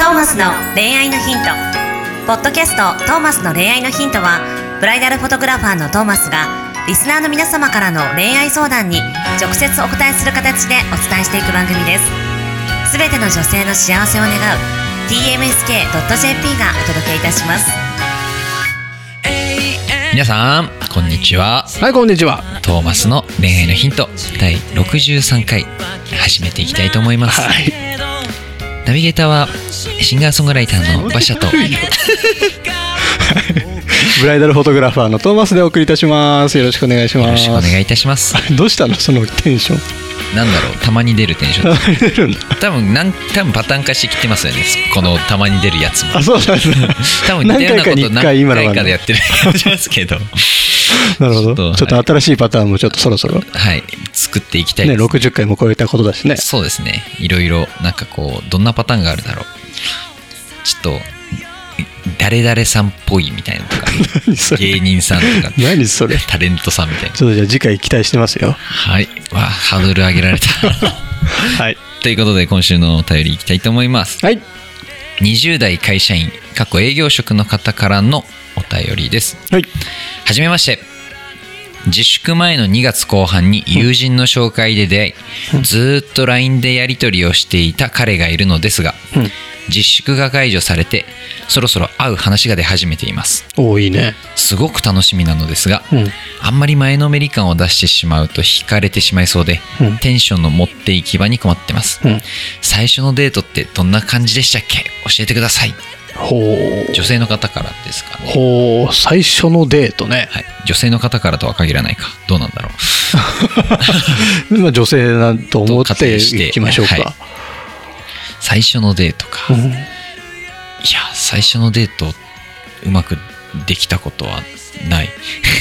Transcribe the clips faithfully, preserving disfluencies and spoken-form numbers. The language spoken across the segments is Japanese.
ーマスの恋愛のヒント。ポッドキャストトーマスの恋愛のヒントは、ブライダルフォトグラファーのトーマスがリスナーの皆様からの恋愛相談に直接お答えする形でお伝えしていく番組です。すべての女性の幸せを願う ティーエムエスケードットジェーピー がお届けいたします。 皆さんこんにちは。 はい、こんにちは。 トーマスの恋愛のヒントだいろくじゅうさんかい始めていきたいと思います。 はい、 ナビゲーターはシンガーソングライターの馬車とブライダルフォトグラファーのトーマスでお送りいたします。よろしくお願いします。 よろしくお願いいたします。 どうしたのそのテンション。 なんだろう、たまに出るテンション。 たまに出るんだ。 多分なん多分パターン化してきてますよね、このたまに出るやつも。 あ、そうなんですね。 多分似たようなこと何何回回かでやってる気がしますけどなるほど。 ちょっと、 ちょっと新しいパターンもちょっとそろそろはい作っていきたいですね。ろくじゅっかいも超えたことだしね。 そうですね。いろいろなんかこうどんなパターンがあるだろう。ちょっと誰々さんっぽいみたいなとか芸人さんとか何それタレントさんみたいな。 ちょっとじゃあ次回期待してますよ。 はい。わハードル上げられたはい。 ということで今週のお便りいきたいと思います。 はい。 にじゅう代会社員過去営業職の方からのお便りです。 はい。 はじめまして。自粛前のにがつこう半に友人の紹介で出会い、うん、ずっと ライン でやり取りをしていた彼がいるのですが、うん、自粛が解除されてそろそろ会う話が出始めています。 おー、いいね。 すごく楽しみなのですが、うん、あんまり前のめり感を出してしまうと惹かれてしまいそうで、うん、テンションの持っていき場に困ってます、うん、最初のデートってどんな感じでしたっけ？教えてください。 ほう。 女性の方からですかね。 ほう、最初のデートね。 はい、女性の方からとは限らないか。どうなんだろうまあ女性だと思っていきましょうか。はい、 最初のデートか、うん、いや最初のデートうまくできたことはない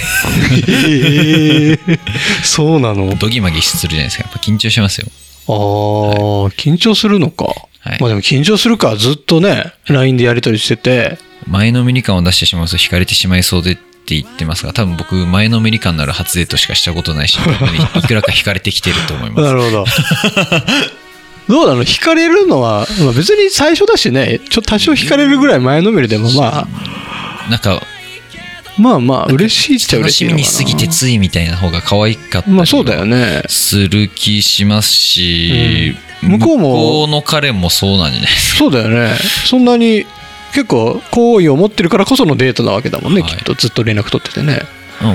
えー、そうなの？ ドギマギするじゃないですか。やっぱ緊張しますよ。 ああ、はい、緊張するのか。はい、まあでも緊張するか。ずっとね ライン でやり取りしてて前のめり感を出してしまうと惹かれてしまいそうでって言ってますが、多分僕前のめり感のある初デートしかしたことないしいくらか惹かれてきてると思いますなるほどどうなの？惹かれるのは、まあ、別に最初だしね、ちょっと多少惹かれるぐらい前のめりでもまあなんかまあまあ嬉しいっちゃ嬉しいのかな。 楽しみに過ぎてついみたいな方が可愛かったりまあそうだよねする気しますし、うん、向こうも向こうの彼もそうなんじゃないですか。 そうだよね。そんなに結構好意を持ってるからこそのデートなわけだもんね、はい、きっとずっと連絡取っててね、 うん、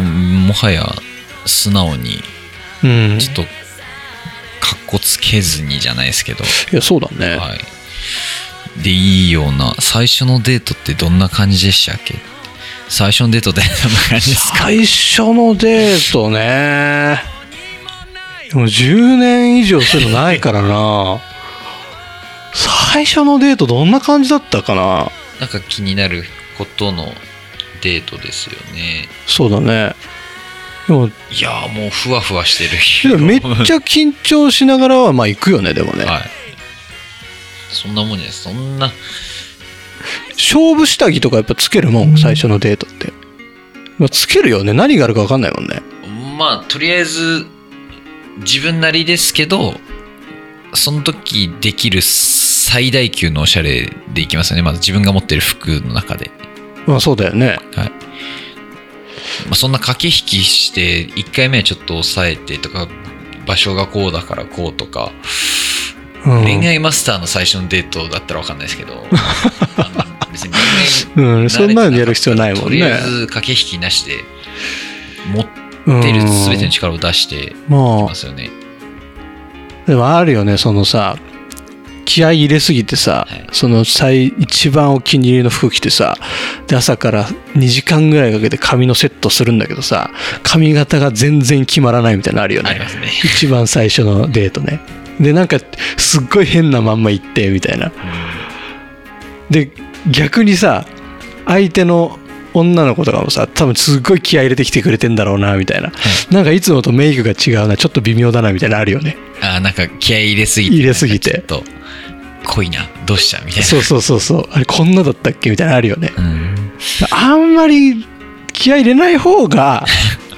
もはや素直にちょっとかっこつけずにじゃないですけど、 いやそうだね、 はい、でいいような。最初のデートってどんな感じでしたっけ？最初のデートってどんな感じですか？ 最初のデートね、もうじゅうねん以上するのないからな最初のデートどんな感じだったかな。 なんか気になることのデートですよね。 そうだね。でもいやもうふわふわしてる。 めっちゃ緊張しながらはまあ行くよね。でもね、 はい、そんなもんじゃないです。そんな勝負下着とかやっぱつけるもん、最初のデートって、まあ、つけるよね。何があるか分かんないもんね。 まあとりあえず自分なりですけど、その時できる最大級のおしゃれでいきますよね。まず自分が持ってる服の中で。まあそうだよね。 はい。まあ、そんな駆け引きしていっかいめはちょっと抑えてとか、場所がこうだからこうとか、うん、恋愛マスターの最初のデートだったら分かんないですけど別に恋愛、うん、 そんなのやる必要ないもんね。 とりあえず駆け引きなしで持ってる全ての力を出していきますよね。 うん、でもあるよね、そのさ気合い入れすぎてさ、はい、その最一番お気に入りの服着てさ、で朝からにじかんぐらいかけて髪のセットするんだけどさ、髪型が全然決まらないみたいなのあるよね。 ありますね。 一番最初のデートね。でなんかすっごい変なまんま行ってみたいな。で逆にさ相手の女の子とかもさ多分すっごい気合い入れてきてくれてんだろうなみたいな、はい、なんかいつもとメイクが違うな、ちょっと微妙だなみたいなのあるよね。 あ、なんか気合い入れすぎて入れすぎてちょっと濃いな、どうしたみたいな。 そうそうそうそう、あれこんなだったっけみたいなのあるよね。うん、あんまり気合い入れない方が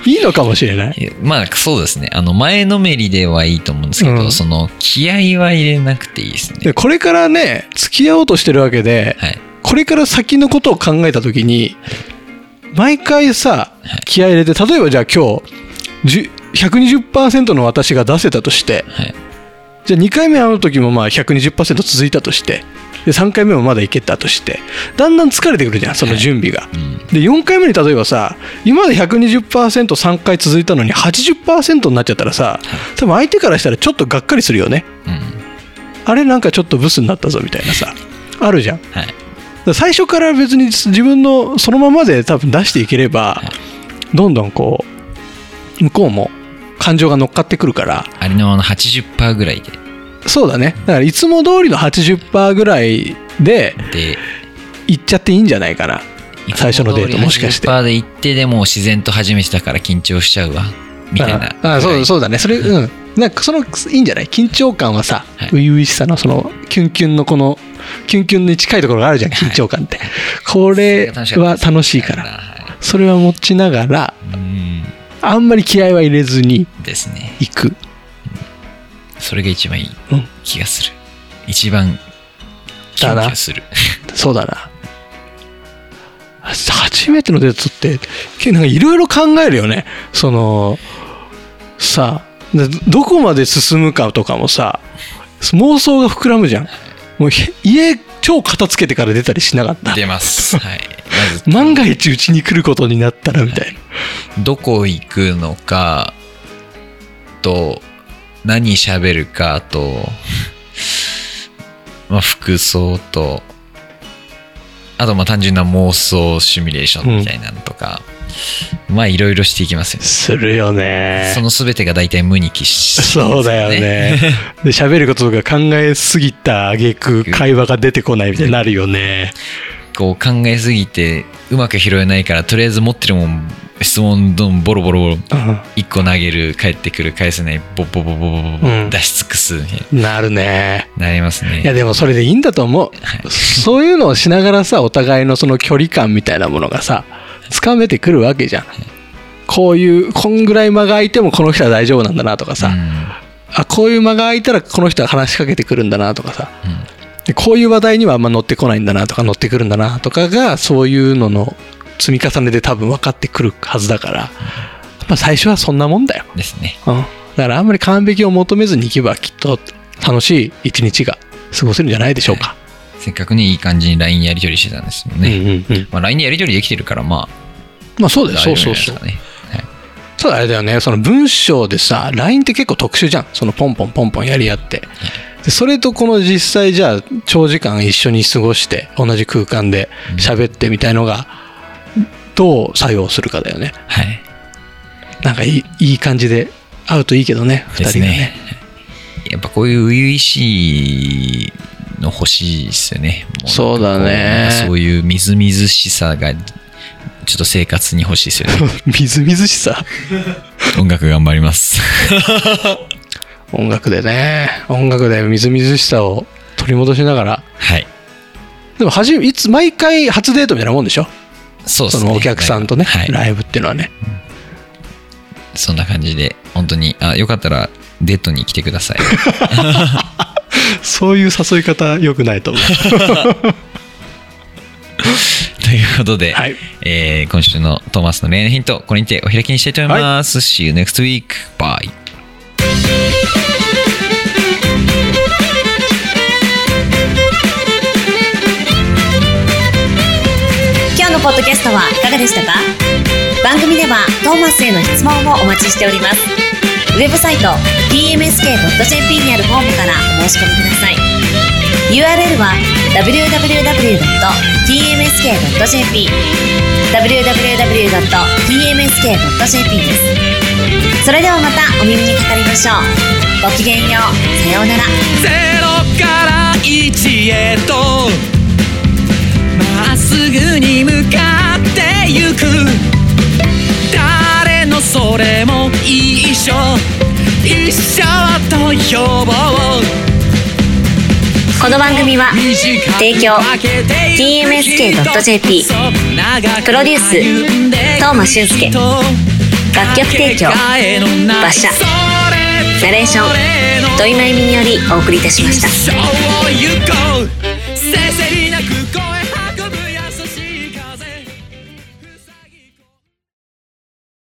いいのかもしれない。 まあそうですね、あの前のめりではいいと思うんですけど、うん、その気合は入れなくていいですね。 でこれからね付き合おうとしてるわけで、はい、これから先のことを考えた時に毎回さ気合入れて、例えばじゃあ今日 ひゃくにじゅっパーセント の私が出せたとして、はい、じゃあにかいめ会う時もまあ ひゃくにじゅっパーセント 続いたとして、でさんかいめもまだいけたとして、だんだん疲れてくるじゃんその準備が、はいうん、でよんかいめに例えばさ今まで ひゃくにじゅっパーセントさんかい続いたのに はちじゅっパーセント になっちゃったらさ、はい、多分相手からしたらちょっとがっかりするよね、うん、あれなんかちょっとブスになったぞみたいなさあるじゃん、はい、最初から別に自分のそのままで多分出していければ、はい、どんどんこう向こうも感情が乗っかってくるから、 ありのままの はちじゅっパーセント ぐらいで、 そうだね、だからいつも通りの はちじゅっパーセント ぐらいで行っちゃっていいんじゃないかな、最初のデートもしかして。 はちじゅっパーセント で行ってでも自然と初めてだから緊張しちゃうわみたいな。 ああそうそうだね、それうんなんかそのいいんじゃない、緊張感はさ初々、しさのそのキュンキュンのこのキュンキュンに近いところがあるじゃん、緊張感って、はい、これは楽しいから、それは持ちながら、うんあんまり気合は入れずに行く、ね、 それが一番いい気がする、うん、一番キュンキュンするそうだな。初めてのデートってなんかいろいろ考えるよね。そのさどこまで進むかとかもさ妄想が膨らむじゃん。もう家超片付けてから出たりしなかった？ 出ます、はい、 まず万が一うちに来ることになったらみたいな、はい、 どこ行くのかと何喋るかと、まあ、服装とあとまあ単純な妄想シミュレーションみたいなのとか、うん、まあいろいろしていきますよね。 するよね。 その全てが大体無に帰し、ね、 そうだよね。で喋ることとか考えすぎた挙句会話が出てこないみたいになるよね。 こう考えすぎてうまく拾えないからとりあえず持ってるもん質問どんボロボロボロいっこ投げる、返ってくる返せないボボボボボボ出し尽くす、 うん、なるね。 なりますね。 いやでもそれでいいんだと思う、はい、そういうのをしながらさお互いのその距離感みたいなものがさつかめてくるわけじゃん、はい、こういうこんぐらい間が空いてもこの人は大丈夫なんだなとかさ、うん、あこういう間が空いたらこの人は話しかけてくるんだなとかさ、うん、でこういう話題にはあんま乗ってこないんだなとか乗ってくるんだなとかがそういうのの積み重ねで多分分かってくるはずだから、やっぱ最初はそんなもんだよですね、 うん、だからあんまり完璧を求めずにいけばきっと楽しい一日が過ごせるんじゃないでしょうか、はい、 せっかくねいい感じに ライン やり取りしてたんですもんね、うんうんうんまあ、ライン でやり取りできてるからまあまあそうだよ、そうそうそう、はい、そうだあれだよね、その文章でさ ライン って結構特殊じゃん、そのポンポンポンポンやり合って、はい、でそれとこの実際じゃあ長時間一緒に過ごして同じ空間で喋ってみたいのがどう作用するかだよね。はい。なんかいい、いい感じで会うといいけどね、二人がね。 やっぱこういう初々しいの欲しいですよね。 そうだね。 そういうみずみずしさがちょっと生活に欲しいですよね。 みずみずしさ。 音楽頑張ります。 音楽でね、音楽でみずみずしさを取り戻しながら。はい。でもはじめいつ毎回初デートみたいなもんでしょ。 そうですね、 そのお客さんとね、はい、ライブっていうのはね、 うん、そんな感じで本当にあよかったらデートに来てください。 そういう誘い方良くないと思う。 ということで、はいえー、今週のトーマスの恋愛ヒントこれにてお開きにしたいと思います、はい、See you next week. Bye. 今日のポッドキャストはいかがでしたか？番組ではトーマスへの質問をお待ちしております。ウェブサイト ティーエムエスケードットジェーピー にあるフォームからお申し込みください。 ユーアールエル は ダブリューダブリューダブリュードットティーエムエスケードットジェーピー ダブリューダブリューダブリュードットティーエムエスケードットジェーピー です。それではまたお耳にかかりましょう。ごきげんよう。さようなら。 ゼロからいちへとまっすぐに向かってゆく、誰のそれも一緒一緒と呼ぼう。 この番組は提供 ティーエムエスケードットジェーピー プロデュース東間俊介、楽曲提供馬車、ナレーション土井真由美によりお送りいたしました。